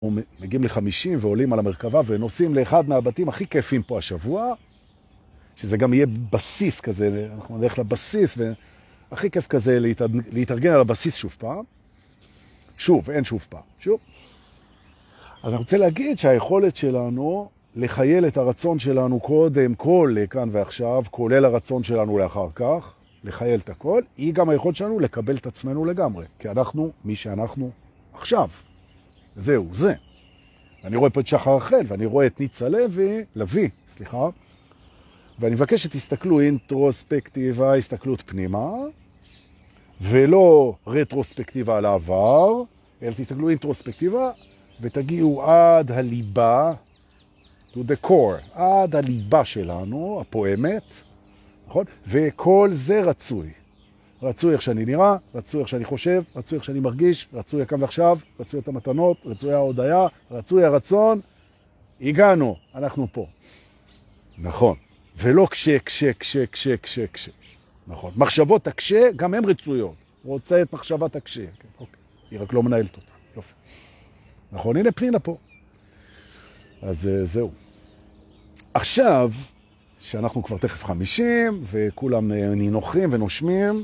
מגיעים ל50 ועולים על המרכבה ונוסעים לאחד מהבתים הכי כיפים פה השבוע, שזה גם יהיה בסיס כזה, אנחנו נלך לבסיס, והכי כיף כזה להתארגן על הבסיס שוב פעם. שוב, אין שוב פעם. שוב. אז אני רוצה להגיד שהיכולת שלנו לחייל את הרצון שלנו קודם כל לכאן ועכשיו, כולל הרצון שלנו לאחר כך, לחייל את הכל, היא גם היכולת שלנו לקבל את עצמנו לגמרי. כי אנחנו מי שאנחנו עכשיו. זהו, זה. אני רואה פה את שחר רחל, ואני רואה את ניצה לוי, ואני מבקש שתסתכלו אינטרוספקטיבה, הסתכלות פנימה, ולא רטרוספקטיבה על העבר, אלא תסתכלו אינטרוספקטיבה, ותגיעו עד הליבה, to the core, עד הליבה שלנו, הפואמת, נכון? וכל זה רצוי. רצוי איך שאני נראה, רצוי איך שאני חושב, רצוי איך שאני מרגיש, רצוי הכאן ועכשיו, רצוי את המתנות, רצוי ההודעה, רצוי הרצון. הגענו, אנחנו פה. נכון. ולא כש. נכון. מחשבות הקשה, גם הן רצויות. רוצה את מחשבת הקשה. כן, אוקיי. היא רק לא מנהלת אותה. יופי. נכון, הנה פנינה פה. אז זהו. עכשיו, שאנחנו כבר תכף 50, וכולם נינוחים ונושמים.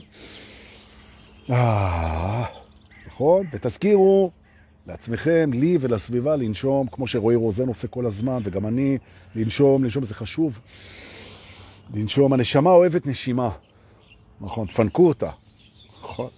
נכון? ותזכירו לעצמכם, לי ולסביבה, לנשום, כמו שרועי רוזן עושה כל הזמן, וגם אני, לנשום זה חשוב. לנשום, הנשמה אוהבת נשימה. נכון, תפנקו אותה. נכון.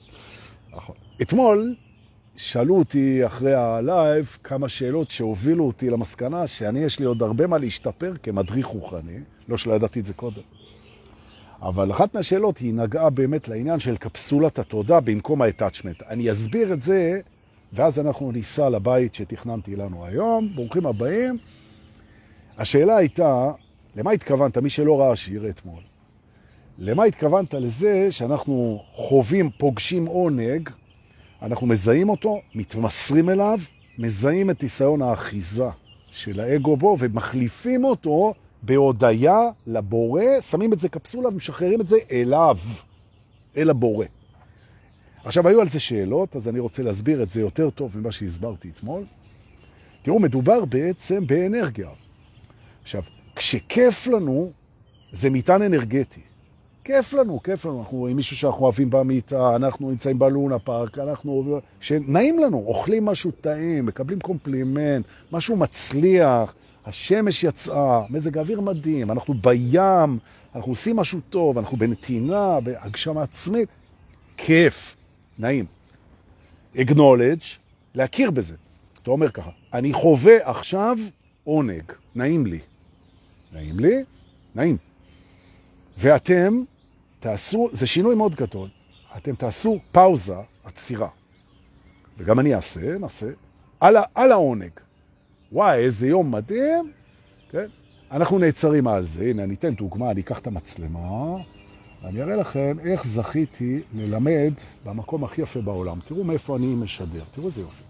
אתמול שאלו אותי אחרי הלייב כמה שאלות שהובילו אותי למסקנה שאני יש לי עוד הרבה מה להשתפר כמדריך רוחני, לא שלא ידעתי את זה קודם. אבל אחת מהשאלות היא נגעה באמת לעניין של קפסולת התודה במקום ה-attachment. אני אסביר את זה, ואז אנחנו ניסע לבית שתכננתי לנו היום. ברוכים הבאים. השאלה הייתה, למה התכוונת, מי שלא ראה שיראה אתמול? למה התכוונת לזה שאנחנו חווים, פוגשים עונג, אנחנו מזהים אותו, מתמסרים אליו, מזהים את ניסיון האחיזה של האגו בו, ומחליפים אותו בהודיה לבורא, שמים את זה קפסולה ומשחררים את זה אליו, אל הבורא. עכשיו, היו על זה שאלות, אז אני רוצה להסביר את זה יותר טוב ממה שהסברתי אתמול. תראו, מדובר בעצם באנרגיה. עכשיו, כשכיף לנו, זה מטען אנרגטי. כיף לנו. אנחנו רואים מישהו שאנחנו אוהבים במיטה, אנחנו נמצאים בלונה פארק, שנעים לנו, אוכלים משהו טעים, מקבלים קומפלימנט, משהו מצליח, השמש יצאה, מזג האוויר מדהים, אנחנו בים, אנחנו עושים משהו טוב, אנחנו בנתינה, בהגשמה עצמית, כיף, נעים. acknowledge, להכיר בזה. אתה אומר ככה, אני חווה עכשיו עונג, נעים לי. נעים. ואתם תעשו, זה שינוי מאוד גדול, אתם תעשו פאוזה, עצירה. וגם אני נעשה, על העונג. וואי, איזה יום מדהים. כן? אנחנו נעצרים על זה. הנה, אני אתן דוגמה, אני אקח את המצלמה, ואני אראה לכם איך זכיתי ללמד במקום הכי יפה בעולם. תראו מאיפה אני משדר. תראו איזה יופי.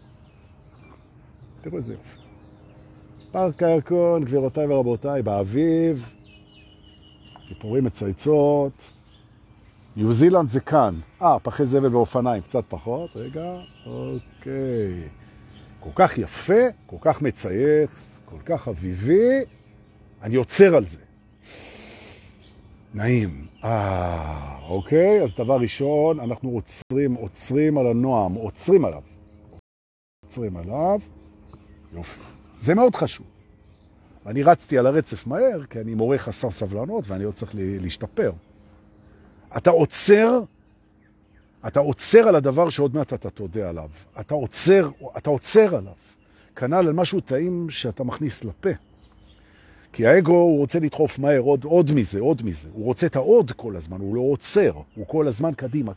פארק הירקון, גבירותיי ורבותיי, באביב. ציפורים מצייצות. ניו זילנד זה כאן. פחי זבל ואופניים, קצת פחות. רגע, אוקיי. כל כך יפה, כל כך מצייץ, כל כך אביבי. אני עוצר על זה. נעים. אוקיי. אז דבר ראשון, אנחנו עוצרים על הנועם. עוצרים עליו. יופי. זה מאוד חשוב. אני רצתי על הרצף מהר, כי אני מורה חסר סבלנות, ואני עוד צריך להשתפר. אתה עוצר על הדבר שעוד מעט אתה תודה עליו. אתה עוצר עליו. כנ"ל על משהו טעים שאתה מכניס לפה. כי האגו הוא רוצה לדחוף מהר, עוד מזה. הוא רוצה את העוד כל הזמן, הוא לא עוצר. הוא כל הזמן קדימה.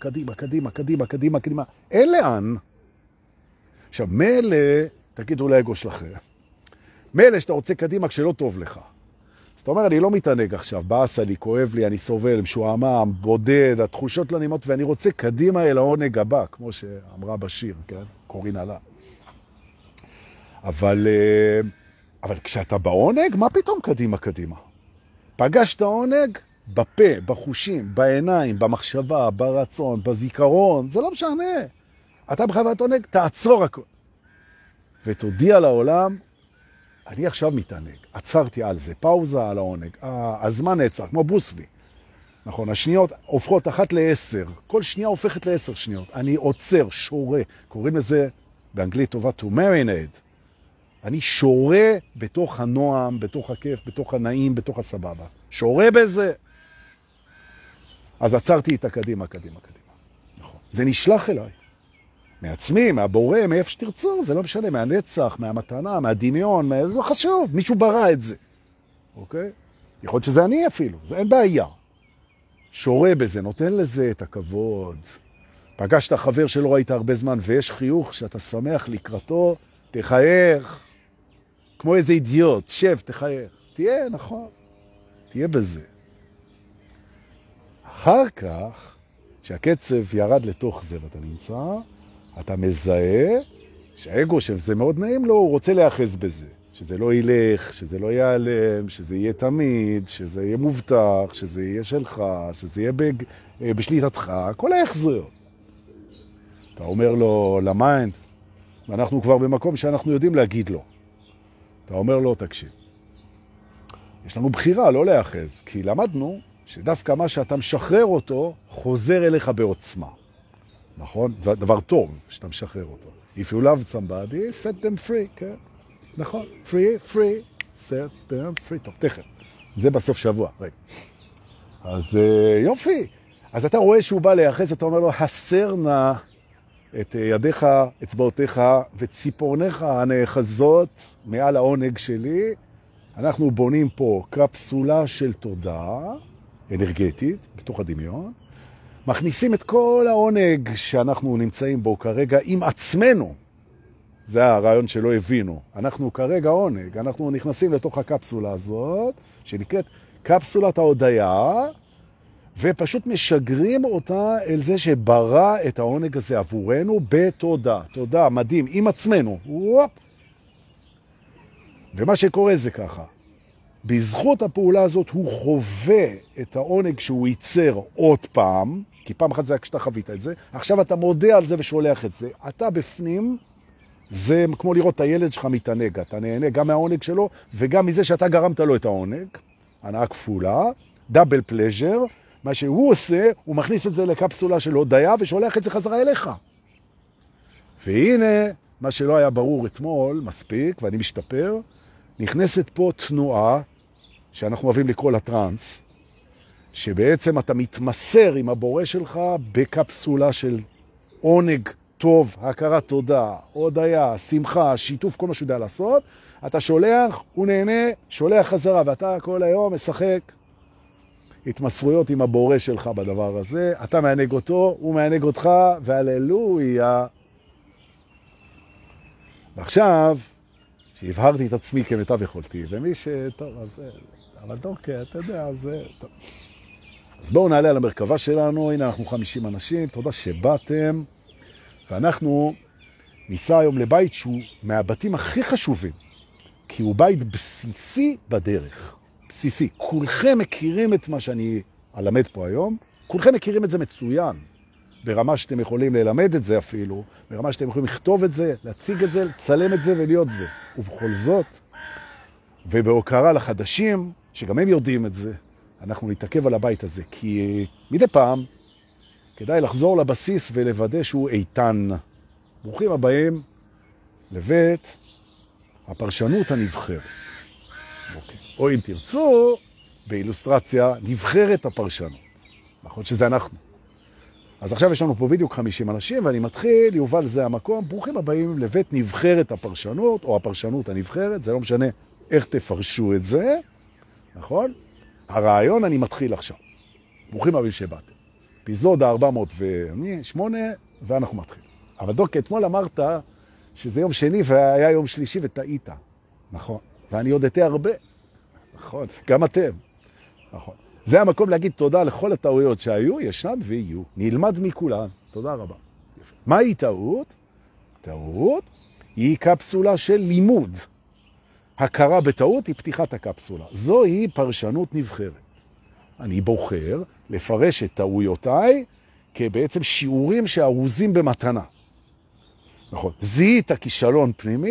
אין לאן. עכשיו, מלא, תגידו לאגו שלכם. מלא שאתה רוצה קדימה כשלא טוב לך. אז אתה אומר, אני לא מתענג עכשיו, בעשה לי, כואב לי, אני סובל, משועמם, בודד, התחושות לא נעימות, ואני רוצה קדימה אל העונג הבא, כמו שאמרה בשיר, כן? קורין עלה. אבל כשאתה בעונג, מה פתאום קדימה? פגשת עונג בפה, בחושים, בעיניים, במחשבה, ברצון, בזיכרון, זה לא משנה. אתה בחוות עונג, תעצור הכל. ותודיע לעולם, אני עכשיו מתענג, עצרתי על זה, פאוזה על העונג, הזמן נעצר, כמו בוסלי. נכון, השניות הופכות 1 ל-10, כל שנייה הופכת ל10 שניות. אני עוצר, שורה, קוראים לזה באנגלית טובה to marinate. אני שורה בתוך הנועם, בתוך הכיף, בתוך הנעים, בתוך הסבבה. שורה בזה. אז עצרתי את הקדימה, קדימה, קדימה. נכון. זה נשלח אליי. מעצמי, מהבורא, מאיפה שתרצו, זה לא משנה, מהנצח, מהמתנה, מהדמיון, זה לא חשוב, מישהו ברא את זה. אוקיי? יכול להיות שזה אני אפילו, זה אין בעיה. שורה בזה, נותן לזה את הכבוד. פגשת חבר שלא ראית הרבה זמן ויש חיוך שאתה שמח לקראתו, תחייך. כמו איזה אידיוט, שב, תחייך. תהיה, נכון. תהיה בזה. אחר כך, שהקצב ירד לתוך זה ואתה נמצא, אתה מזהה שהאגו שזה מאוד נעים לו, הוא רוצה להיאחז בזה. שזה לא ילך, שזה לא ייעלם, שזה יהיה תמיד, שזה יהיה מובטח, שזה יהיה שלך, שזה יהיה בשליטתך, כל ההחזויות. אתה אומר לו למיינד, ואנחנו כבר במקום שאנחנו יודעים להגיד לו. אתה אומר לו, תקשיב, יש לנו בחירה לא להיאחז, כי למדנו שדווקא מה שאתה משחרר אותו, חוזר אליך בעוצמה. נכון? דבר טוב שאתה משחרר אותו. If you love somebody, set them free, כן? נכון, free, set them free. טוב, תכף. זה בסוף שבוע, רגע. אז יופי. אז אתה רואה שהוא בא להיאחז, אתה אומר לו, הסר נא את ידיך, אצבעותיך וציפורניך הנאחזות מעל העונג שלי. אנחנו בונים פה קפסולה של תודעה אנרגטית בתוך הדמיון. מכניסים את כל העונג שאנחנו נמצאים בו כרגע עם עצמנו. זה הרעיון שלא הבינו. אנחנו כרגע עונג, אנחנו נכנסים לתוך הקפסולה הזאת, שנקראת קפסולת ההודעה, ופשוט משגרים אותה אל זה שברא את העונג הזה עבורנו בתודה. תודה, מדהים, עם עצמנו. וופ. ומה שקורה זה ככה. בזכות הפעולה הזאת הוא חווה את העונג שהוא ייצר עוד פעם, כי פעם אחת זה היה כשאתה חווית את זה, עכשיו אתה מודה על זה ושולח את זה. אתה בפנים, זה כמו לראות את הילד שלך מתענג, אתה נהנה גם מהעונג שלו וגם מזה שאתה גרמת לו את העונג, הנאה כפולה, דאבל פלז'ר, מה שהוא עושה, הוא מכניס את זה לקפסולה של הודעה ושולח את זה חזרה אליך. והנה, מה שלא היה ברור אתמול, מספיק, ואני משתפר, נכנסת פה תנועה, שאנחנו אוהבים לקרוא לטרנס, שבעצם אתה מתמסר עם הבורא שלך בקפסולה של עונג טוב, הכרת תודה, הודיה, שמחה, שיתוף, כל מה שהוא יודע לעשות. אתה שולח, הוא נהנה, שולח חזרה, ואתה כל היום משחק התמסרויות עם הבורא שלך בדבר הזה. אתה מענג אותו, הוא מענג אותך, והללויה. ועכשיו, שהבהרתי את עצמי כמיטב יכולתי, ומי שטוב, אז אבל דוקא, אתה יודע, אז טוב. אז בואו נעלה על המרכבה שלנו, הנה אנחנו 50 אנשים, תודה שבאתם, ואנחנו ניסע היום לבית שהוא מהבתים הכי חשובים, כי הוא בית בסיסי בדרך, בסיסי. כולכם מכירים את מה שאני אלמד פה היום, כולכם מכירים את זה מצוין, ברמה שאתם יכולים ללמד את זה אפילו, ברמה שאתם יכולים לכתוב את זה, להציג את זה, לצלם את זה ולהיות זה. ובכל זאת, ובהוקרה לחדשים, שגם הם יודעים את זה, אנחנו נתעכב על הבית הזה, כי מדי פעם כדאי לחזור לבסיס ולוודא שהוא איתן. ברוכים הבאים לבית הפרשנות הנבחרת. אוקיי. או אם תרצו, באילוסטרציה, נבחרת הפרשנות. נכון שזה אנחנו. אז עכשיו יש לנו פה בדיוק 50 אנשים, ואני מתחיל, יובל זה המקום, ברוכים הבאים לבית נבחרת הפרשנות, או הפרשנות הנבחרת, זה לא משנה איך תפרשו את זה, נכון? הרעיון אני מתחיל עכשיו. ברוכים הבאים שבאתם. אפיזודה 408, ואנחנו מתחילים. אבל דוקא, אתמול אמרת שזה יום שני והיה יום שלישי וטעית. נכון. ואני יודעתי הרבה. נכון. גם אתם. נכון. זה המקום להגיד תודה לכל הטעויות שהיו, ישנן ויהיו. נלמד מכולן. תודה רבה. יפה. מהי טעות? טעות היא קפסולה של לימוד. הכרה בטעות היא פתיחת הקפסולה. זוהי פרשנות נבחרת. אני בוחר לפרש את טעויותיי כבעצם שיעורים שארוזים במתנה. נכון. זיהית כישלון פנימי,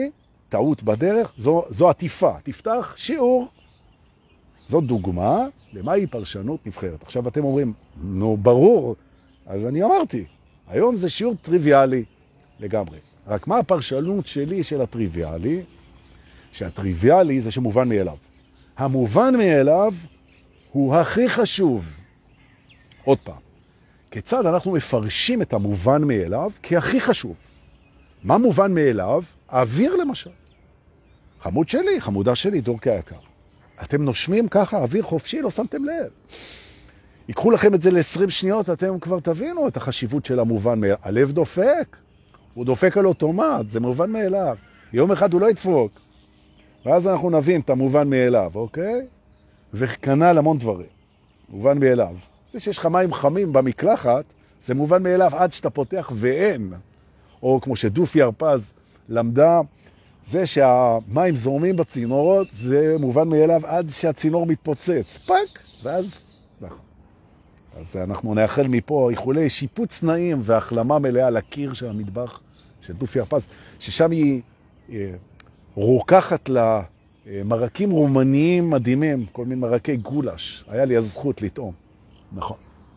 טעות בדרך, זו עטיפה. תפתח שיעור. זו דוגמה למהי פרשנות נבחרת. עכשיו אתם אומרים, נו ברור, אז אני אמרתי, היום זה שיעור טריוויאלי לגמרי. רק מה הפרשנות שלי של הטריוויאלי? שהטריוויאלי זה שמובן מאליו. המובן מאליו הוא הכי חשוב. עוד פעם, כיצד אנחנו מפרשים את המובן מאליו כהכי חשוב? מה מובן מאליו? האוויר למשל. חמוד שלי, חמודה שלי, דורקי היקר. אתם נושמים ככה, אוויר חופשי, לא שמתם לב. ייקחו לכם את זה ל-20 שניות, אתם כבר תבינו את החשיבות של המובן מאליו. הלב דופק, הוא דופק על אוטומט, זה מובן מאליו. יום אחד הוא לא ידפוק. ואז אנחנו נבין את המובן מאליו, אוקיי? וכנ"ל המון דברים. מובן מאליו. זה שיש לך מים חמים במקלחת, זה מובן מאליו עד שאתה פותח ואין. או כמו שדופי הרפז למדה, זה שהמים זורמים בצינורות, זה מובן מאליו עד שהצינור מתפוצץ. פק! ואז, נכון. אז אנחנו נאחל מפה איחולי שיפוץ נעים והחלמה מלאה לקיר של המטבח של דופי הרפז, ששם היא רוקחת לה מרקים רומניים מדהימים, כל מיני מרקי גולש. היה לי הזכות לטעום. נכון.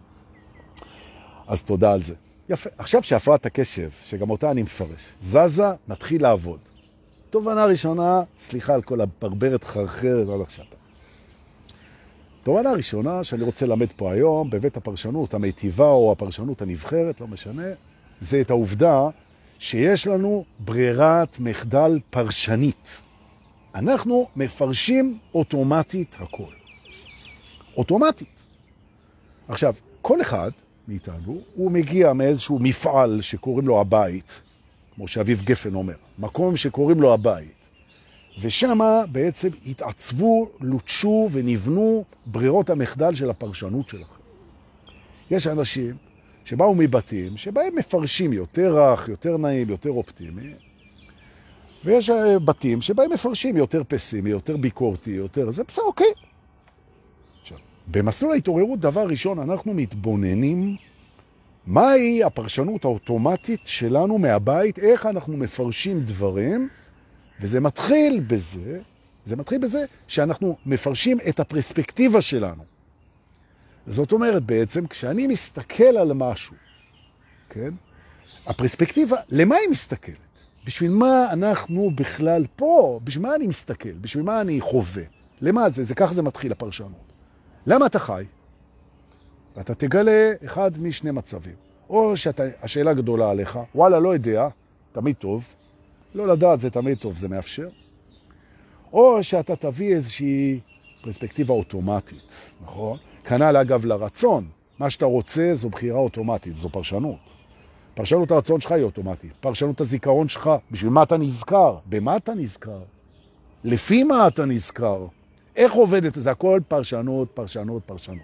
אז תודה על זה. יפה. עכשיו שהפרעת הקשב, שגם אותה אני מפרש, זזה, נתחיל לעבוד. תובנה ראשונה, סליחה על כל הברברת חרחרת, לא לחשבת. תובנה ראשונה שאני רוצה ללמד פה היום, בבית הפרשנות המיטיבה או הפרשנות הנבחרת, לא משנה, זה את העובדה שיש לנו ברירת מחדל פרשנית. אנחנו מפרשים אוטומטית הכל. אוטומטית. עכשיו, כל אחד מאיתנו, הוא מגיע מאיזשהו מפעל שקוראים לו הבית, כמו שאביב גפן אומר, מקום שקוראים לו הבית. ושם בעצם התעצבו, לוטשו ונבנו ברירות המחדל של הפרשנות שלכם. יש אנשים שבאו מבתים, שבהם מפרשים יותר רך, יותר נעים, יותר אופטימי, ויש בתים שבהם מפרשים יותר פסימי, יותר ביקורתי, יותר... זה בסדר, אוקיי. עכשיו, במסלול ההתעוררות, דבר ראשון, אנחנו מתבוננים מהי הפרשנות האוטומטית שלנו מהבית, איך אנחנו מפרשים דברים, וזה מתחיל בזה שאנחנו מפרשים את הפרספקטיבה שלנו. זאת אומרת בעצם, כשאני מסתכל על משהו, כן? הפרספקטיבה, למה היא מסתכלת? בשביל מה אנחנו בכלל פה? בשביל מה אני מסתכל? בשביל מה אני חווה? למה זה? זה ככה זה מתחיל הפרשנות. למה אתה חי? ואתה תגלה אחד משני מצבים. או שהשאלה גדולה עליך, וואלה, לא יודע, תמיד טוב. לא לדעת זה תמיד טוב, זה מאפשר. או שאתה תביא איזושהי פרספקטיבה אוטומטית, נכון? כנ"ל אגב לרצון. מה שאתה רוצה זו בחירה אוטומטית, זו פרשנות. פרשנות הרצון שלך היא אוטומטית. פרשנות הזיכרון שלך, בשביל מה אתה נזכר? במה אתה נזכר? לפי מה אתה נזכר? איך עובדת? זה הכל פרשנות, פרשנות, פרשנות.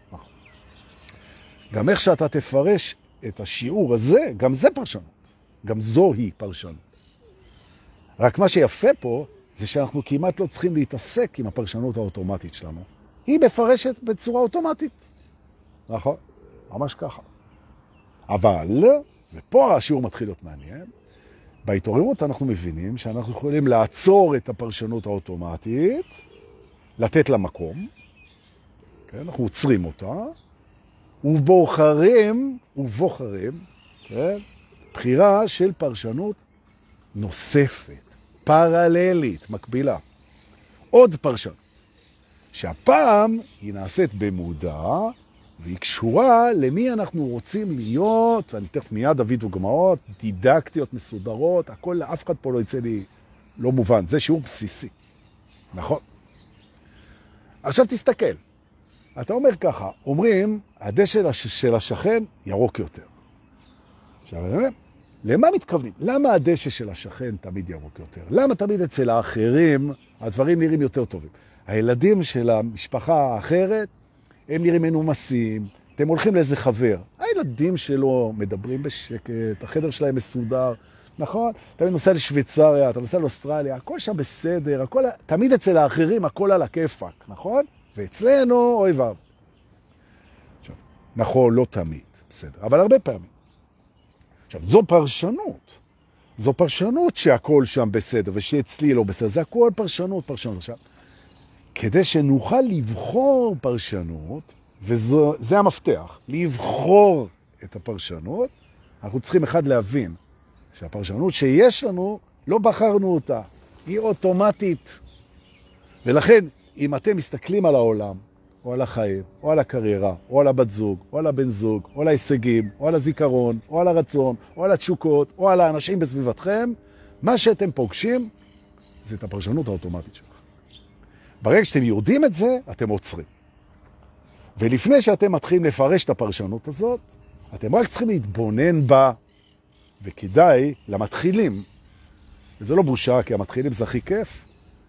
גם איך שאתה תפרש את השיעור הזה, גם זה פרשנות. גם זו היא פרשנות. רק מה שיפה פה, זה שאנחנו כמעט לא צריכים להתעסק עם הפרשנות האוטומטית שלנו. היא מפרשת בצורה אוטומטית. נכון? ממש ככה. אבל, ופה השיעור מתחיל להיות מעניין, בהתעוררות אנחנו מבינים שאנחנו יכולים לעצור את הפרשנות האוטומטית, לתת לה מקום, כן? אנחנו עוצרים אותה, ובוחרים, כן? בחירה של פרשנות נוספת, פרללית, מקבילה. עוד פרשנות, שהפעם היא נעשית במודע, והיא קשורה למי אנחנו רוצים להיות, ואני תכף מיד אביא דוגמאות, דידקטיות, מסודרות, הכל, אף אחד פה לא יצא לי לא מובן, זה שיעור בסיסי, נכון? עכשיו תסתכל, אתה אומר ככה, אומרים, הדשא של השכן ירוק יותר. עכשיו, למה מתכוונים? למה הדשא של השכן תמיד ירוק יותר? למה תמיד אצל האחרים הדברים נראים יותר טובים? הילדים של המשפחה האחרת, הם נראים מנומסים, אתם הולכים לאיזה חבר. הילדים שלו מדברים בשקט, החדר שלהם מסודר, נכון? אתה נוסע לשוויצריה, אתה נוסע לאוסטרליה, הכל שם בסדר, הכל, תמיד אצל האחרים הכל על הכיפק, נכון? ואצלנו, אוי ואב. עכשיו, נכון, לא תמיד, בסדר, אבל הרבה פעמים. עכשיו, זו פרשנות. זו פרשנות שהכל שם בסדר, ושאצלי לא בסדר. זה הכל פרשנות. עכשיו, כדי שנוכל לבחור פרשנות, וזה המפתח, לבחור את הפרשנות, אנחנו צריכים אחד להבין שהפרשנות שיש לנו, לא בחרנו אותה, היא אוטומטית. ולכן, אם אתם מסתכלים על העולם, או על החיים, או על הקריירה, או על הבת זוג, או על הבן זוג, או על ההישגים, או על הזיכרון, או על הרצון, או על התשוקות, או על האנשים בסביבתכם, מה שאתם פוגשים, זה את הפרשנות האוטומטית שלך. ברגע שאתם יודעים את זה, אתם עוצרים. ולפני שאתם מתחילים לפרש את הפרשנות הזאת, אתם רק צריכים להתבונן בה, וכדאי למתחילים, וזה לא בושה, כי המתחילים זה הכי כיף,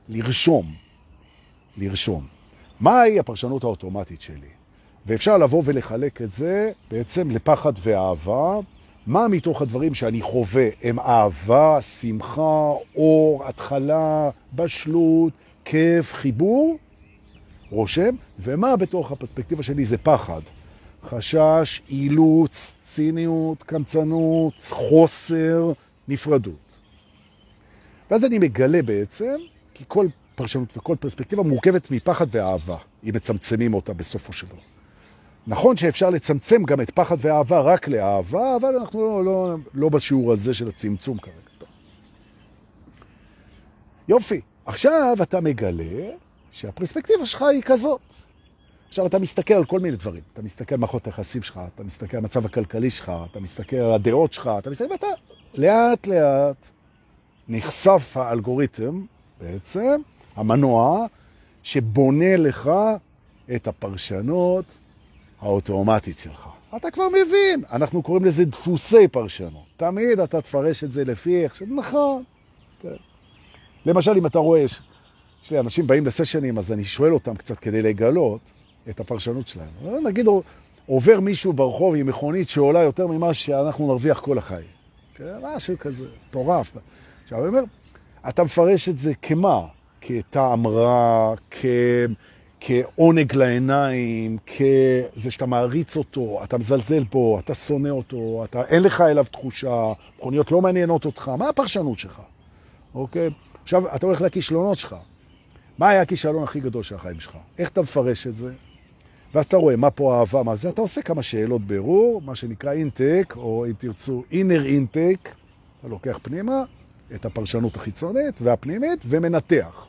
לרשום. מהי הפרשנות האוטומטית שלי? ואפשר לבוא ולחלק את זה בעצם לפחד ואהבה. מה מתוך הדברים שאני חווה הם אהבה, שמחה, אור, התחלה, בשלות, כיף, חיבור, רושם, ומה בתוך הפרספקטיבה שלי זה פחד, חשש, אילוץ, ציניות, קמצנות, חוסר, נפרדות. ואז אני מגלה בעצם, כי כל פרשנות וכל פרספקטיבה מורכבת מפחד ואהבה, אם מצמצמים אותה בסופו של דבר. נכון שאפשר לצמצם גם את פחד ואהבה רק לאהבה, אבל אנחנו לא בשיעור הזה של הצמצום כרגע. יופי, עכשיו אתה מגלה שהפרספקטיבה שלך היא כזאת. עכשיו אתה מסתכל על כל מיני דברים. אתה מסתכל על מערכות היחסים שלך, אתה מסתכל על המצב הכלכלי שלך, אתה מסתכל על הדעות שלך, אתה מסתכל, ואתה לאט לאט נחשף האלגוריתם, בעצם, המנוע, שבונה לך את הפרשנות האוטומטית שלך. אתה כבר מבין, אנחנו קוראים לזה דפוסי פרשנות. תמיד אתה תפרש את זה לפי איך נכון. כן. למשל, אם אתה רואה, יש לי אנשים באים לסשנים, אז אני שואל אותם קצת כדי לגלות את הפרשנות שלהם. נגיד, עובר מישהו ברחוב עם מכונית שעולה יותר ממה שאנחנו נרוויח כל החיים. כן, משהו כזה, טורף. עכשיו, אני אומר, אתה מפרש את זה כמה? כטעם רע, כעונג לעיניים, כזה שאתה מעריץ אותו, אתה מזלזל בו, אתה שונא אותו, אין לך אליו תחושה, מכוניות לא מעניינות אותך, מה הפרשנות שלך? אוקיי? עכשיו, אתה הולך לכישלונות שלך. מה היה הכישלון הכי גדול של החיים שלך? איך אתה מפרש את זה? ואז אתה רואה מה פה האהבה, מה זה? אתה עושה כמה שאלות ברור, מה שנקרא אינטק, או אם תרצו אינר אינטק, אתה לוקח פנימה את הפרשנות החיצונית והפנימית ומנתח.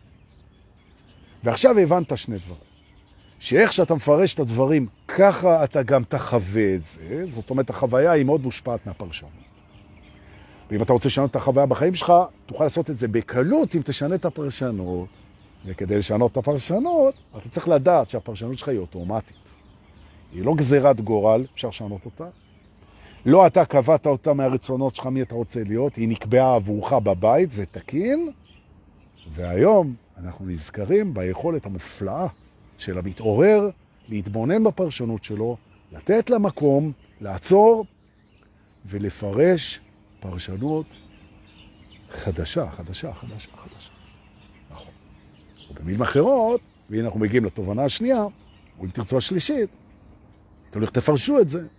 ועכשיו הבנת שני דברים. שאיך שאתה מפרש את הדברים, ככה אתה גם תחווה את זה. זאת אומרת, החוויה היא מאוד מושפעת מהפרשנות. ואם אתה רוצה לשנות את החוויה בחיים שלך, תוכל לעשות את זה בקלות אם תשנה את הפרשנות. וכדי לשנות את הפרשנות, אתה צריך לדעת שהפרשנות שלך היא אוטומטית. היא לא גזירת גורל, אפשר לשנות אותה. לא אתה קבעת אותה מהרצונות שלך מי אתה רוצה להיות, היא נקבעה עבורך בבית, זה תקין. והיום אנחנו נזכרים ביכולת המופלאה של המתעורר להתבונן בפרשנות שלו, לתת לה מקום, לעצור ולפרש פרשנות חדשה. נכון. ובמילים אחרות, והנה אנחנו מגיעים לתובנה השנייה, או אם תרצו השלישית, תלוי איך תפרשו את זה,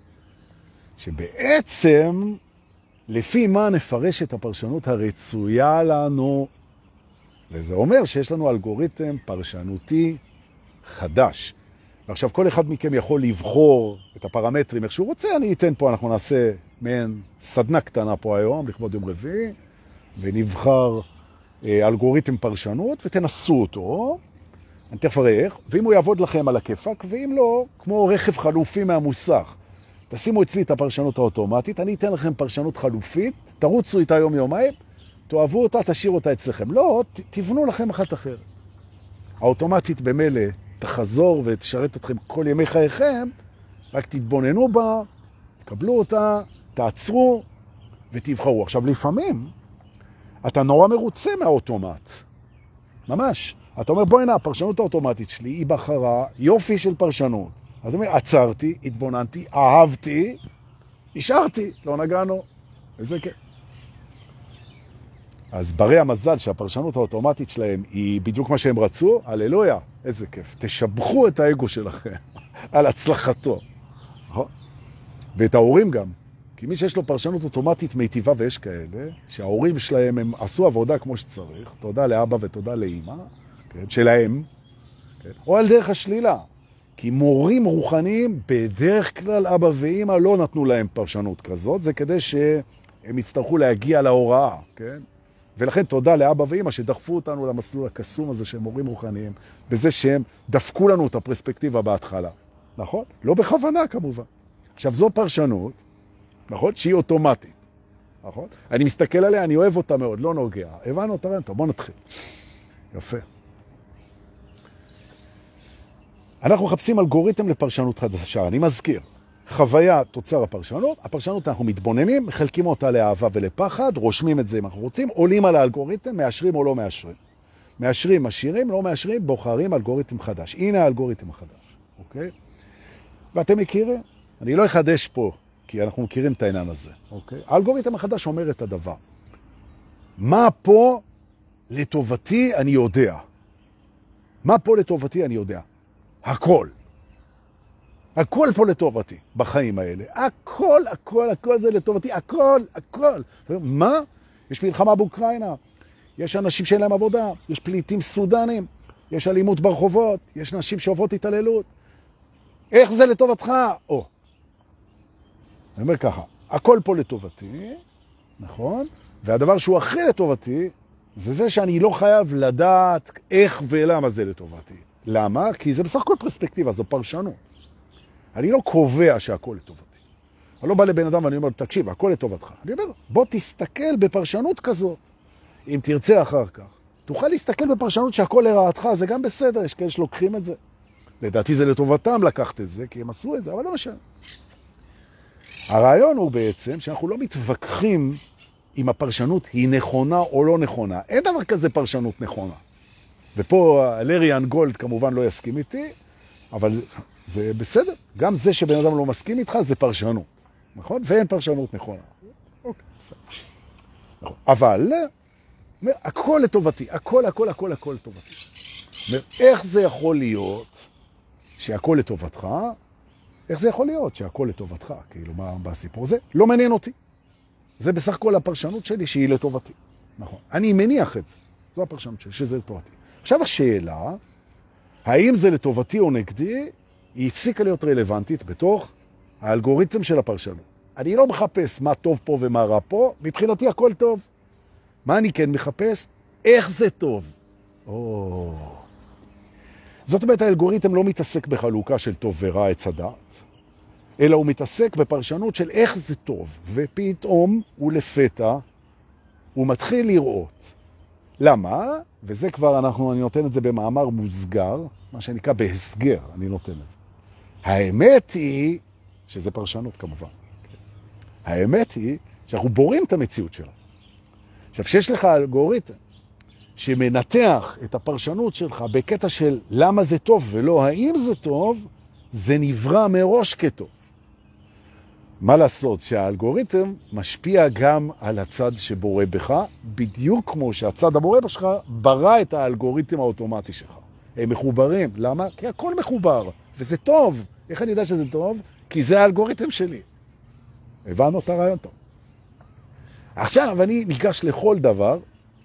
שבעצם לפי מה נפרש את הפרשנות הרצויה לנו, וזה אומר שיש לנו אלגוריתם פרשנותי חדש. ועכשיו כל אחד מכם יכול לבחור את הפרמטרים איך שהוא רוצה, אני אתן פה, אנחנו נעשה מעין סדנה קטנה פה היום, לכבוד יום רביעי, ונבחר אלגוריתם פרשנות, ותנסו אותו, אני תכף אראה איך, ואם הוא יעבוד לכם על הכיפק, ואם לא, כמו רכב חלופי מהמוסך, תשימו אצלי את הפרשנות האוטומטית, אני אתן לכם פרשנות חלופית, תרוצו איתה יום-יומיים, תאהבו אותה, תשאירו אותה אצלכם. לא, תבנו לכם אחת אחרת. האוטומטית במילא תחזור ותשרת אתכם כל ימי חייכם, רק תתבוננו בה, תקבלו אותה, תעצרו ותבחרו. עכשיו, לפעמים אתה נורא מרוצה מהאוטומט. ממש. אתה אומר, בואי הנה, הפרשנות האוטומטית שלי היא בחרה יופי של פרשנות. אז אומר, עצרתי, התבוננתי, אהבתי, השארתי, לא נגענו. איזה כיף. אז ברי המזל שהפרשנות האוטומטית שלהם היא בדיוק מה שהם רצו, הללויה, איזה כיף. תשבחו את האגו שלכם על הצלחתו. ואת ההורים גם, כי מי שיש לו פרשנות אוטומטית מיטיבה, ויש כאלה, שההורים שלהם הם עשו עבודה כמו שצריך, תודה לאבא ותודה לאמא, כן, שלהם, כן, או על דרך השלילה. כי מורים רוחניים, בדרך כלל אבא ואמא לא נתנו להם פרשנות כזאת, זה כדי שהם יצטרכו להגיע להוראה, כן? ולכן תודה לאבא ואמא שדחפו אותנו למסלול הקסום הזה שהם מורים רוחניים, בזה שהם דפקו לנו את הפרספקטיבה בהתחלה, נכון? לא בכוונה כמובן. עכשיו זו פרשנות, נכון? שהיא אוטומטית, נכון? אני מסתכל עליה, אני אוהב אותה מאוד, לא נוגע. הבנו אותה, טוב, בוא נתחיל. יפה. אנחנו מחפשים אלגוריתם לפרשנות חדשה, אני מזכיר. חוויה תוצר הפרשנות, הפרשנות אנחנו מתבוננים, מחלקים אותה לאהבה ולפחד, רושמים את זה אם אנחנו רוצים, עולים על האלגוריתם, מאשרים או לא מאשרים. מאשרים, משאירים, לא מאשרים, בוחרים אלגוריתם חדש. הנה האלגוריתם החדש, אוקיי? ואתם מכירים? אני לא אחדש פה, כי אנחנו מכירים את העניין הזה, אוקיי? האלגוריתם החדש אומר את הדבר. מה פה לטובתי אני יודע? מה פה לטובתי אני יודע? הכל. הכל פה לטובתי בחיים האלה. הכל, הכל, הכל זה לטובתי. הכל, הכל. מה? יש מלחמה באוקראינה. יש אנשים שאין להם עבודה. יש פליטים סודנים. יש אלימות ברחובות. יש נשים שעוברות התעללות. איך זה לטובתך? או. אני אומר ככה, הכל פה לטובתי, נכון? והדבר שהוא הכי לטובתי, זה שאני לא חייב לדעת איך ולמה זה לטובתי. למה? כי זה בסך הכל פרספקטיבה, זו פרשנות. אני לא קובע שהכל לטובתי. אני לא בא לבן אדם ואני אומר, תקשיב, הכל לטובתך. אני אומר, בוא תסתכל בפרשנות כזאת. אם תרצה אחר כך, תוכל להסתכל בפרשנות שהכל לרעתך, זה גם בסדר, יש כאלה שלוקחים את זה. לדעתי זה לטובתם לקחת את זה, כי הם עשו את זה, אבל לא משנה. הרעיון הוא בעצם שאנחנו לא מתווכחים אם הפרשנות היא נכונה או לא נכונה. אין דבר כזה פרשנות נכונה. ופה לריאן גולד כמובן לא יסכים איתי, אבל זה בסדר. גם זה שבן אדם לא מסכים איתך זה פרשנות, נכון? ואין פרשנות נכונה. אוקיי, בסדר. נכון. אבל, הכל לטובתי, הכל, הכל, הכל, הכל לטובתי. איך זה יכול להיות שהכל לטובתך? איך זה יכול להיות שהכל לטובתך? כאילו, מה בסיפור הזה? לא מעניין אותי. זה בסך הכל הפרשנות שלי שהיא לטובתי. נכון. אני מניח את זה. זו הפרשנות שלי, שזה לטובתי. עכשיו השאלה, האם זה לטובתי או נגדי, היא הפסיקה להיות רלוונטית בתוך האלגוריתם של הפרשנות. אני לא מחפש מה טוב פה ומה רע פה, מבחינתי הכל טוב. מה אני כן מחפש? איך זה טוב. זאת אומרת, האלגוריתם לא מתעסק בחלוקה של טוב ורע עץ הדעת, אלא הוא מתעסק בפרשנות של איך זה טוב, ופתאום הוא לפתע, הוא מתחיל לראות. למה? וזה כבר אני נותן את זה במאמר מוסגר, מה שנקרא בהסגר, אני נותן את זה. האמת היא, שזה פרשנות כמובן, האמת היא שאנחנו בורים את המציאות שלנו. עכשיו, שיש לך אלגוריתם שמנתח את הפרשנות שלך בקטע של למה זה טוב ולא האם זה טוב, זה נברא מראש כטוב. מה לעשות? שהאלגוריתם משפיע גם על הצד שבורא בך, בדיוק כמו שהצד הבורא שלך ברא את האלגוריתם האוטומטי שלך. הם מחוברים. למה? כי הכל מחובר, וזה טוב. איך אני יודע שזה טוב? כי זה האלגוריתם שלי. הבנו את הרעיון טוב. עכשיו אני ניגש לכל דבר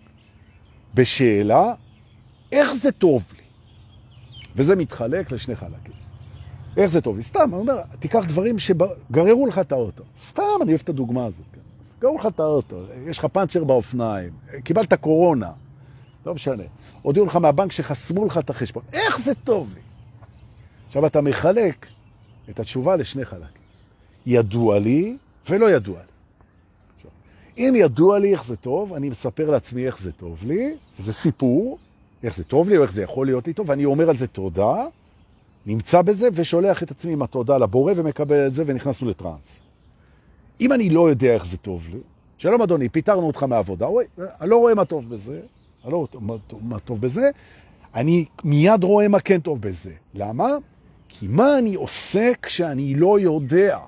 בשאלה, איך זה טוב לי? וזה מתחלק לשני חלקים. איך זה טוב לי? סתם, אני אומר, תיקח דברים שגררו לך את האוטו. סתם, אני אוהב את הדוגמה הזאת. כן? גררו לך את האוטו, יש לך פנצ'ר באופניים, קיבלת קורונה, לא משנה. הודיעו לך מהבנק שחסמו לך את החשבון. איך זה טוב לי? עכשיו אתה מחלק את התשובה לשני חלקים. ידוע לי ולא ידוע לי. עכשיו, אם ידוע לי איך זה טוב, אני מספר לעצמי איך זה טוב לי, וזה סיפור, איך זה טוב לי או איך זה יכול להיות לי טוב, ואני אומר על זה תודה, נמצא בזה ושולח את עצמי עם התודה לבורא ומקבל את זה ונכנסנו לטרנס. אם אני לא יודע איך זה טוב לי, שלום אדוני, פיתרנו אותך מהעבודה, אני לא רואה מה טוב בזה, אני לא רואה מה טוב בזה, אני מיד רואה מה כן טוב בזה. למה? כי מה אני עושה כשאני לא יודע?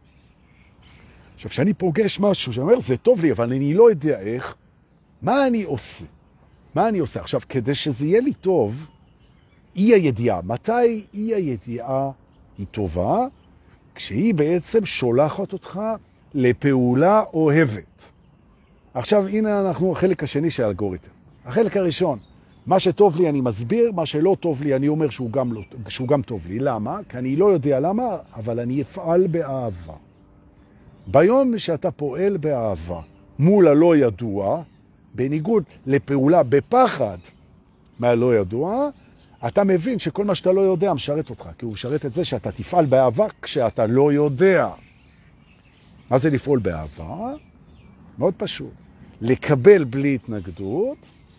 עכשיו, כשאני פוגש משהו שאומר, זה טוב לי, אבל אני לא יודע איך, מה אני עושה? מה אני עושה? עכשיו, כדי שזה יהיה לי טוב, אי הידיעה. מתי אי הידיעה היא טובה? כשהיא בעצם שולחת אותך לפעולה אוהבת. עכשיו, הנה אנחנו החלק השני של האלגוריתם. החלק הראשון, מה שטוב לי אני מסביר, מה שלא טוב לי אני אומר שהוא גם טוב לי. למה? כי אני לא יודע למה, אבל אני אפעל באהבה. ביום שאתה פועל באהבה מול הלא ידוע, בניגוד לפעולה בפחד מהלא ידוע, אתה מבין שכל מה שאתה לא יודע משרת אותך, כי הוא משרת את זה שאתה תפעל באהבה כשאתה לא יודע. מה זה לפעול באהבה? מאוד פשוט. לקבל בלי התנגדות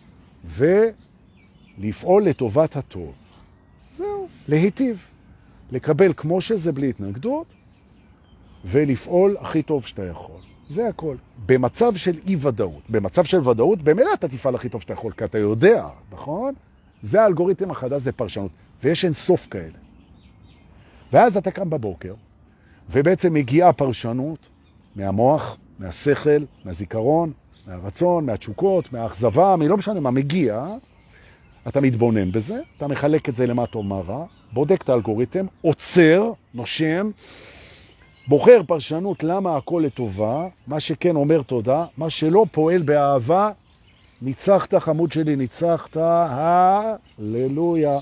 ולפעול לטובת הטוב. זהו, להיטיב. לקבל כמו שזה בלי התנגדות ולפעול הכי טוב שאתה יכול. זה הכל. במצב של אי-ודאות. במצב של ודאות, במילא אתה תפעל הכי טוב שאתה יכול, כי אתה יודע, נכון? זה האלגוריתם החדש, זה פרשנות. ויש אין סוף כאלה. ואז אתה קם בבוקר, ובעצם מגיעה פרשנות מהמוח, מהשכל, מהזיכרון, מהרצון, מהתשוקות, מהאכזבה, לא משנה מה מגיע, אתה מתבונן בזה, אתה מחלק את זה למה טוב מה רע, בודק את האלגוריתם, עוצר, נושם, בוחר פרשנות למה הכל לטובה, מה שכן אומר תודה, מה שלא פועל באהבה, ניצחת חמוד שלי, ניצחת, הללויה.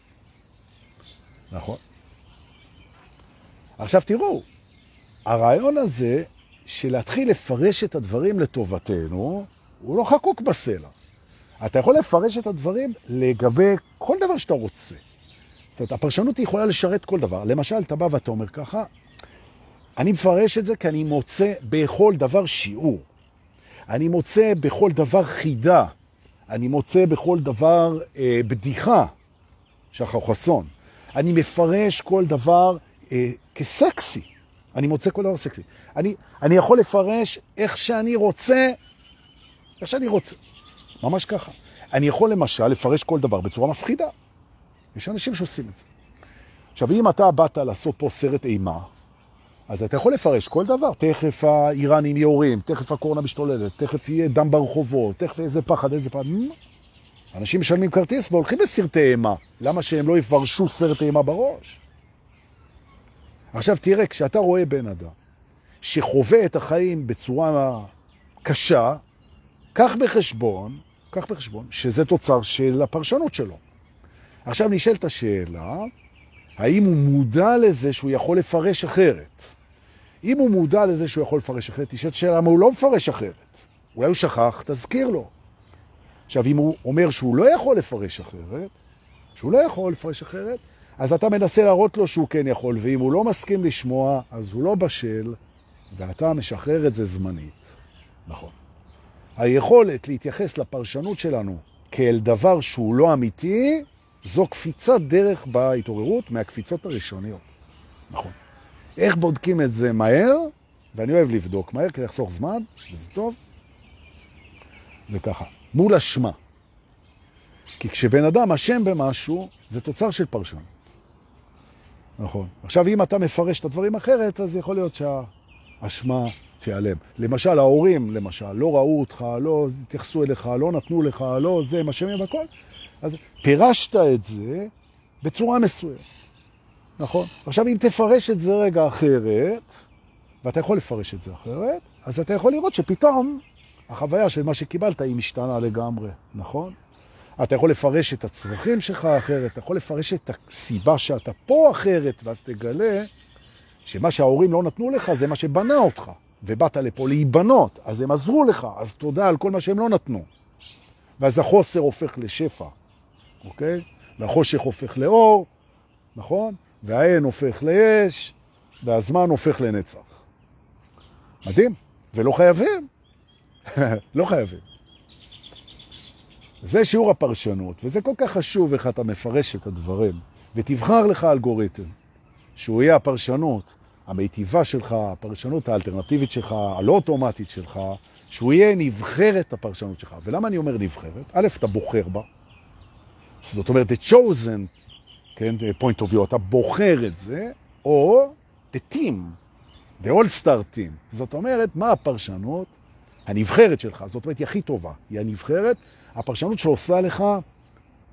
נכון. עכשיו תראו, הרעיון הזה של להתחיל לפרש את הדברים לטובתנו, הוא לא חקוק בסלע. אתה יכול לפרש את הדברים לגבי כל דבר שאתה רוצה. זאת אומרת, הפרשנות יכולה לשרת כל דבר. למשל, אתה בא ואתה אומר ככה, אני מפרש את זה כי אני מוצא בכל דבר שיעור. אני מוצא בכל דבר חידה. אני מוצא בכל דבר בדיחה, שחר חסון. אני מפרש כל דבר כסקסי. אני מוצא כל דבר סקסי. אני יכול לפרש איך שאני רוצה, איך שאני רוצה. ממש ככה. אני יכול למשל לפרש כל דבר בצורה מפחידה. יש אנשים שעושים את זה. עכשיו, אם אתה באת לעשות פה סרט אימה, אז אתה יכול לפרש כל דבר. תכף האיראנים יורים, תכף הקורונה משתוללת, תכף יהיה דם ברחובות, תכף איזה פחד, איזה פחד. אנשים משלמים כרטיס והולכים לסרטי אימה. למה שהם לא יפרשו סרט אימה בראש? עכשיו תראה, כשאתה רואה בן אדם שחווה את החיים בצורה קשה, קח בחשבון שזה תוצר של הפרשנות שלו. עכשיו נשאלת השאלה, האם הוא מודע לזה שהוא יכול לפרש אחרת? אם הוא מודע לזה שהוא יכול לפרש אחרת, תשאלת שאלה, למה הוא לא מפרש אחרת? אולי הוא שכח, תזכיר לו. עכשיו, אם הוא אומר שהוא לא יכול לפרש אחרת, אז אתה מנסה להראות לו שהוא כן יכול, ואם הוא לא מסכים לשמוע, אז הוא לא בשל, ואתה משחרר את זה זמנית. נכון. היכולת להתייחס לפרשנות שלנו כאל דבר שהוא לא אמיתי, זו קפיצת דרך בהתעוררות מהקפיצות הראשוניות. נכון. איך בודקים את זה מהר? ואני אוהב לבדוק מהר כדי לחסוך זמן, וזה טוב. וככה, מול אשמה. כי כשבן אדם אשם במשהו, זה תוצר של פרשנות. נכון. עכשיו, אם אתה מפרש את הדברים אחרת, אז יכול להיות שהאשמה תיעלם. למשל, ההורים, לא ראו אותך, לא התייחסו אליך, לא נתנו לך, לא זה, הם אשמים בכל. אז פירשת את זה בצורה מסוימת. נכון? עכשיו, אם תפרש את זה רגע אחרת, ואתה יכול לפרש את זה אחרת, אז אתה יכול לראות שפתאום החוויה של מה שקיבלת היא משתנה לגמרי. נכון? אתה יכול לפרש את הצרכים שלך אחרת, אתה יכול לפרש את הסיבה שאתה פה אחרת, ואז תגלה שמה שההורים לא נתנו לך זה מה שבנה אותך, ובאת לפה להיבנות, אז הם עזרו לך, אז תודה על כל מה שהם לא נתנו. ואז החוסר הופך לשפע, אוקיי? והחושך הופך לאור, נכון? והאין הופך ליש, והזמן הופך לנצח. מדהים, ולא חייבים. לא חייבים. זה שיעור הפרשנות, וזה כל כך חשוב איך אתה מפרש את הדברים, ותבחר לך אלגוריתם, שהוא יהיה הפרשנות המיטיבה שלך, הפרשנות האלטרנטיבית שלך, הלא אוטומטית שלך, שהוא יהיה נבחרת הפרשנות שלך. ולמה אני אומר נבחרת? א', אתה בוחר בה, זאת אומרת, the chosen, כן, the point of view, אתה בוחר את זה, או the team, the all-star team. זאת אומרת, מה הפרשנות הנבחרת שלך? זאת אומרת, היא הכי טובה, היא הנבחרת, הפרשנות שעושה לך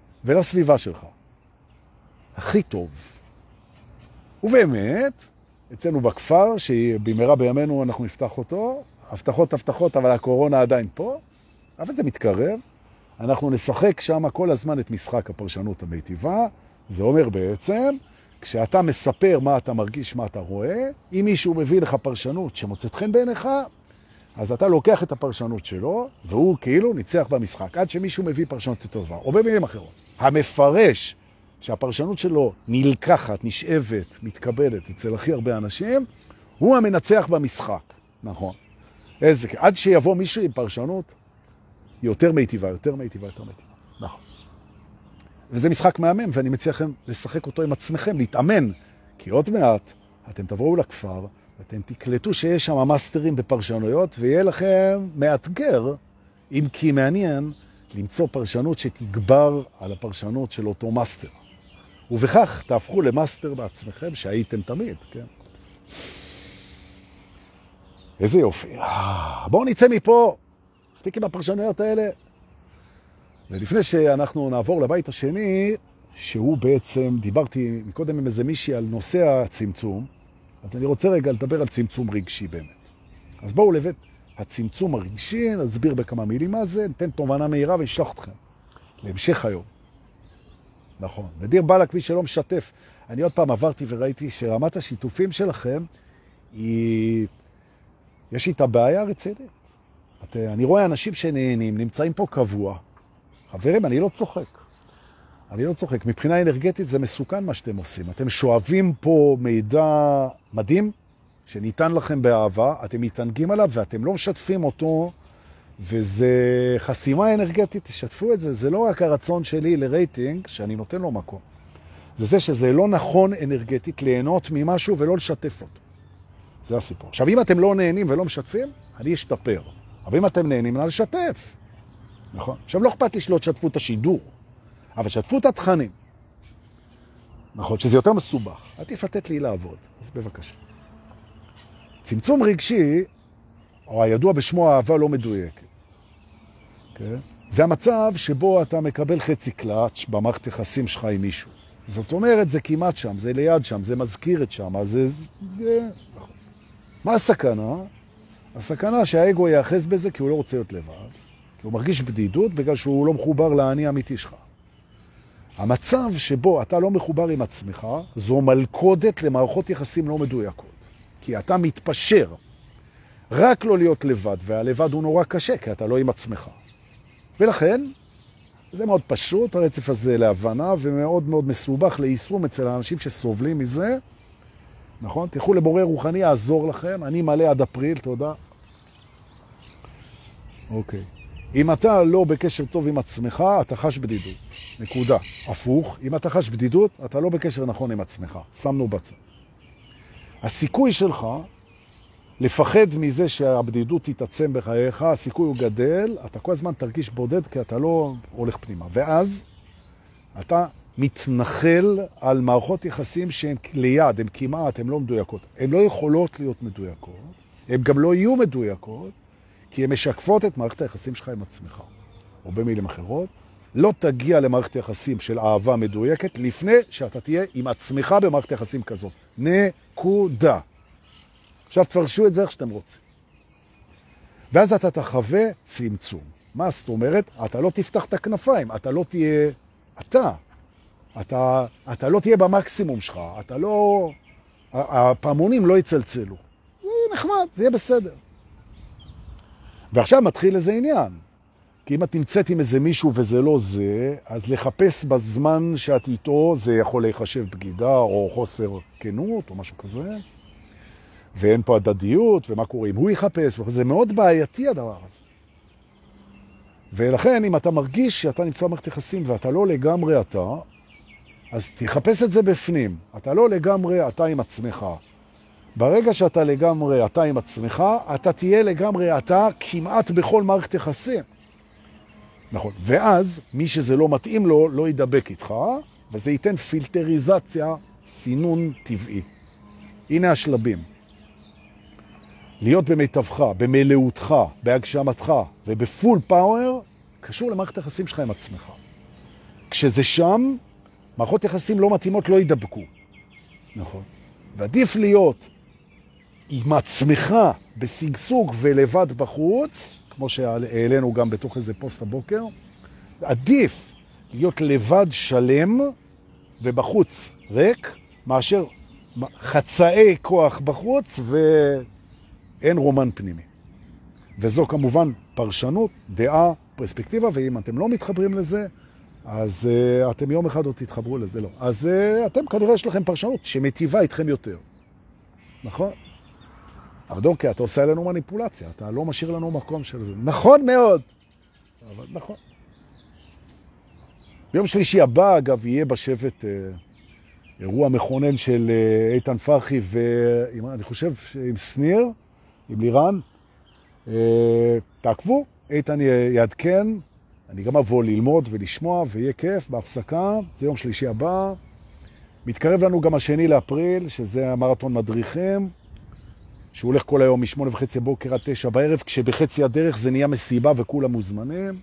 ולסביבה שלך. הכי טוב. ובאמת, אצלנו בכפר, שבמהרה בימינו אנחנו נפתח אותו, הבטחות, אבל הקורונה עדיין פה, אבל זה מתקרב. אנחנו נשחק שם כל הזמן את משחק הפרשנות המיטיבה. זה אומר בעצם, כשאתה מספר מה אתה מרגיש, מה אתה רואה, אם מישהו מביא לך פרשנות שמוצאת חן בעיניך, אז אתה לוקח את הפרשנות שלו, והוא כאילו ניצח במשחק, עד שמישהו מביא פרשנות טובה, או במילים אחרות. המפרש שהפרשנות שלו נלקחת, נשאבת, מתקבלת אצל הכי הרבה אנשים, הוא המנצח במשחק. נכון. עד שיבוא מישהו עם פרשנות יותר מיטיבה. נכון. וזה משחק מהמם, ואני מציע לכם לשחק אותו עם עצמכם, להתאמן. כי עוד מעט אתם תבואו לכפר, ואתם תקלטו שיש שם מאסטרים בפרשנויות, ויהיה לכם מאתגר, אם כי מעניין, למצוא פרשנות שתגבר על הפרשנות של אותו מאסטר. ובכך תהפכו למאסטר בעצמכם, שהייתם תמיד, כן? איזה יופי. בואו נצא מפה. מספיק עם הפרשנויות האלה. ולפני שאנחנו נעבור לבית השני, שהוא בעצם, דיברתי מקודם עם איזה מישהי על נושא הצמצום, אז אני רוצה רגע לדבר על צמצום רגשי באמת. אז בואו לבית הצמצום הרגשי, נסביר בכמה מילים מה זה, ניתן תובנה מהירה ונשלח אתכם להמשך היום. נכון. ודיר בלק, מי שלא משתף, אני עוד פעם עברתי וראיתי שרמת השיתופים שלכם היא... יש איתה בעיה רצינית. אני רואה אנשים שנהנים, נמצאים פה קבוע. חברים, אני לא צוחק. מבחינה אנרגטית זה מסוכן מה שאתם עושים. אתם שואבים פה מידע מדהים שניתן לכם באהבה, אתם מתענגים עליו ואתם לא משתפים אותו, וזה חסימה אנרגטית, תשתפו את זה. זה לא רק הרצון שלי לרייטינג, שאני נותן לו מקום. זה שזה לא נכון אנרגטית ליהנות ממשהו ולא לשתף אותו. זה הסיפור. עכשיו, אם אתם לא נהנים ולא משתפים, אני אשתפר. אבל אם אתם נהנים, אני לשתף. נכון? עכשיו, לא אכפת לי שלא תשתפו את השידור, אבל שתפו את התכנים. נכון, שזה יותר מסובך. עדיף לתת לי לעבוד. אז בבקשה. צמצום רגשי, או הידוע בשמו אהבה לא מדויקת. Okay? זה המצב שבו אתה מקבל חצי קלאץ' במערכת יחסים שלך עם מישהו. זאת אומרת, זה כמעט שם, זה ליד שם, זה מזכיר את שם, זה... מה הסכנה? הסכנה שהאגו יאחז בזה כי הוא לא רוצה להיות לבד, כי הוא מרגיש בדידות בגלל שהוא לא מחובר לעני האמיתי שלך. המצב שבו אתה לא מחובר עם עצמך, זו מלכודת למערכות יחסים לא מדויקות. כי אתה מתפשר רק לא להיות לבד, והלבד הוא נורא קשה, כי אתה לא עם עצמך. ולכן, זה מאוד פשוט, הרצף הזה להבנה, ומאוד מאוד מסובך ליישום אצל האנשים שסובלים מזה. נכון? תלכו לבורא רוחני, יעזור לכם. אני מלא עד אפריל, תודה. אוקיי. אם אתה לא בקשר טוב עם עצמך, אתה חש בדידות. נקודה. הפוך, אם אתה חש בדידות, אתה לא בקשר נכון עם עצמך. שמנו בצד. הסיכוי שלך לפחד מזה שהבדידות תתעצם בחייך, הסיכוי הוא גדל, אתה כל הזמן תרגיש בודד כי אתה לא הולך פנימה. ואז אתה מתנחל על מערכות יחסים שהן ליד, הן כמעט, הן לא מדויקות. הן לא יכולות להיות מדויקות, הן גם לא יהיו מדויקות, כי הן משקפות את מערכת היחסים שלך עם עצמך. או במילים אחרות, לא תגיע למערכת יחסים של אהבה מדויקת לפני שאתה תהיה עם עצמך במערכת יחסים כזאת. נקודה. עכשיו תפרשו את זה איך שאתם רוצים. ואז אתה תחווה צמצום. מה זאת אומרת? אתה לא תפתח את הכנפיים, אתה לא תהיה... אתה לא תהיה במקסימום שלך, אתה לא... הפעמונים לא יצלצלו. זה נחמד, זה יהיה בסדר. ועכשיו מתחיל איזה עניין. כי אם את נמצאת עם איזה מישהו וזה לא זה, אז לחפש בזמן שאת איתו, זה יכול להיחשב בגידה או חוסר כנות או משהו כזה. ואין פה הדדיות, ומה קורה אם הוא יחפש, זה מאוד בעייתי הדבר הזה. ולכן אם אתה מרגיש שאתה נמצא במערכת יחסים ואתה לא לגמרי אתה, אז תחפש את זה בפנים. אתה לא לגמרי אתה עם עצמך. ברגע שאתה לגמרי אתה עם עצמך, אתה תהיה לגמרי אתה כמעט בכל מערכת יחסים. נכון. ואז מי שזה לא מתאים לו, לא ידבק איתך, וזה ייתן פילטריזציה, סינון טבעי. הנה השלבים. להיות במיטבך, במלאותך, בהגשמתך ובפול פאוור, קשור למערכת היחסים שלך עם עצמך. כשזה שם, מערכות יחסים לא מתאימות לא ידבקו. נכון. ועדיף להיות עם עצמך בסגסוג ולבד בחוץ, כמו שהעלינו גם בתוך איזה פוסט הבוקר, עדיף להיות לבד שלם ובחוץ ריק, מאשר חצאי כוח בחוץ ואין רומן פנימי. וזו כמובן פרשנות, דעה, פרספקטיבה, ואם אתם לא מתחברים לזה, אז אתם יום אחד עוד תתחברו לזה, לא. אז אתם כנראה יש לכם פרשנות שמטיבה איתכם יותר. נכון? אבל דונקי, אתה עושה לנו מניפולציה, אתה לא משאיר לנו מקום של זה. נכון מאוד. אבל נכון. ביום שלישי הבא, אגב, יהיה בשבט אירוע מכונן של איתן פרחי, ואני חושב עם סניר, עם לירן, תעקבו, איתן יעדכן, אני גם אבוא ללמוד ולשמוע, ויהיה כיף בהפסקה, זה יום שלישי הבא. מתקרב לנו גם 2 לאפריל, שזה המרתון מדריכים, שהוא הולך כל היום מ8:30 בוקר עד 9 בערב, כשבחצי הדרך זה נהיה מסיבה וכולם מוזמנים.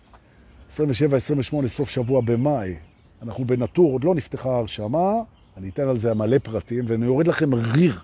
27-28 סוף שבוע במאי, אנחנו בנטור, עוד לא נפתחה הרשמה, אני אתן על זה מלא פרטים, ואני יורד לכם ריר.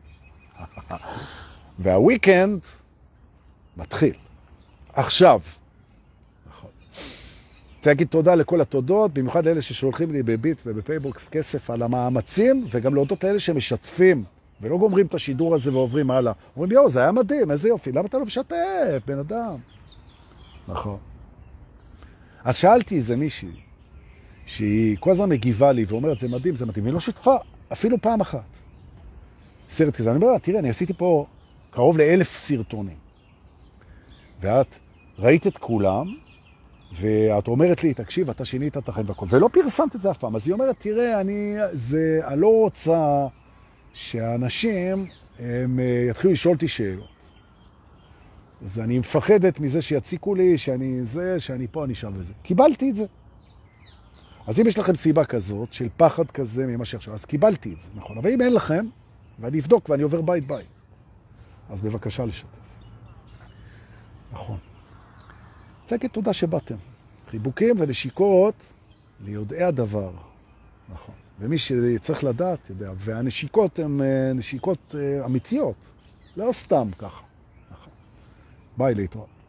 והוויקנד מתחיל. עכשיו. נכון. רוצה להגיד תודה לכל התודות, במיוחד לאלה ששולחים לי בביט ובפייבוקס כסף על המאמצים, וגם להודות לאלה שמשתפים, ולא גומרים את השידור הזה ועוברים הלאה. אומרים, יו, זה היה מדהים, איזה יופי, למה אתה לא משתף, בן אדם? נכון. אז שאלתי איזה מישהי, שהיא כל הזמן מגיבה לי ואומרת, זה מדהים, זה מדהים, והיא לא שיתפה אפילו פעם אחת. סרט כזה, אני אומר לה, תראה, אני עשיתי פה קרוב ל1,000 סרטונים. ואת ראית את כולם, ואת אומרת לי, תקשיב, אתה שינית את החיים והכל, ולא פרסמת את זה אף פעם. אז היא אומרת, תראה, אני לא רוצה שהאנשים הם יתחילו לשאול אותי שאלות. אז אני מפחדת מזה שיציקו לי, שאני פה, אני שם וזה. קיבלתי את זה. אז אם יש לכם סיבה כזאת, של פחד כזה ממה שעכשיו, אז קיבלתי את זה, נכון. אבל אם אין לכם, ואני אבדוק ואני עובר בית, אז בבקשה לשתף. נכון. רוצה להגיד תודה שבאתם. חיבוקים ונשיקות ליודעי הדבר. נכון. ומי שצריך לדעת, יודע. והנשיקות הן נשיקות אמיתיות. לא סתם ככה. נכון. ביי להתראות.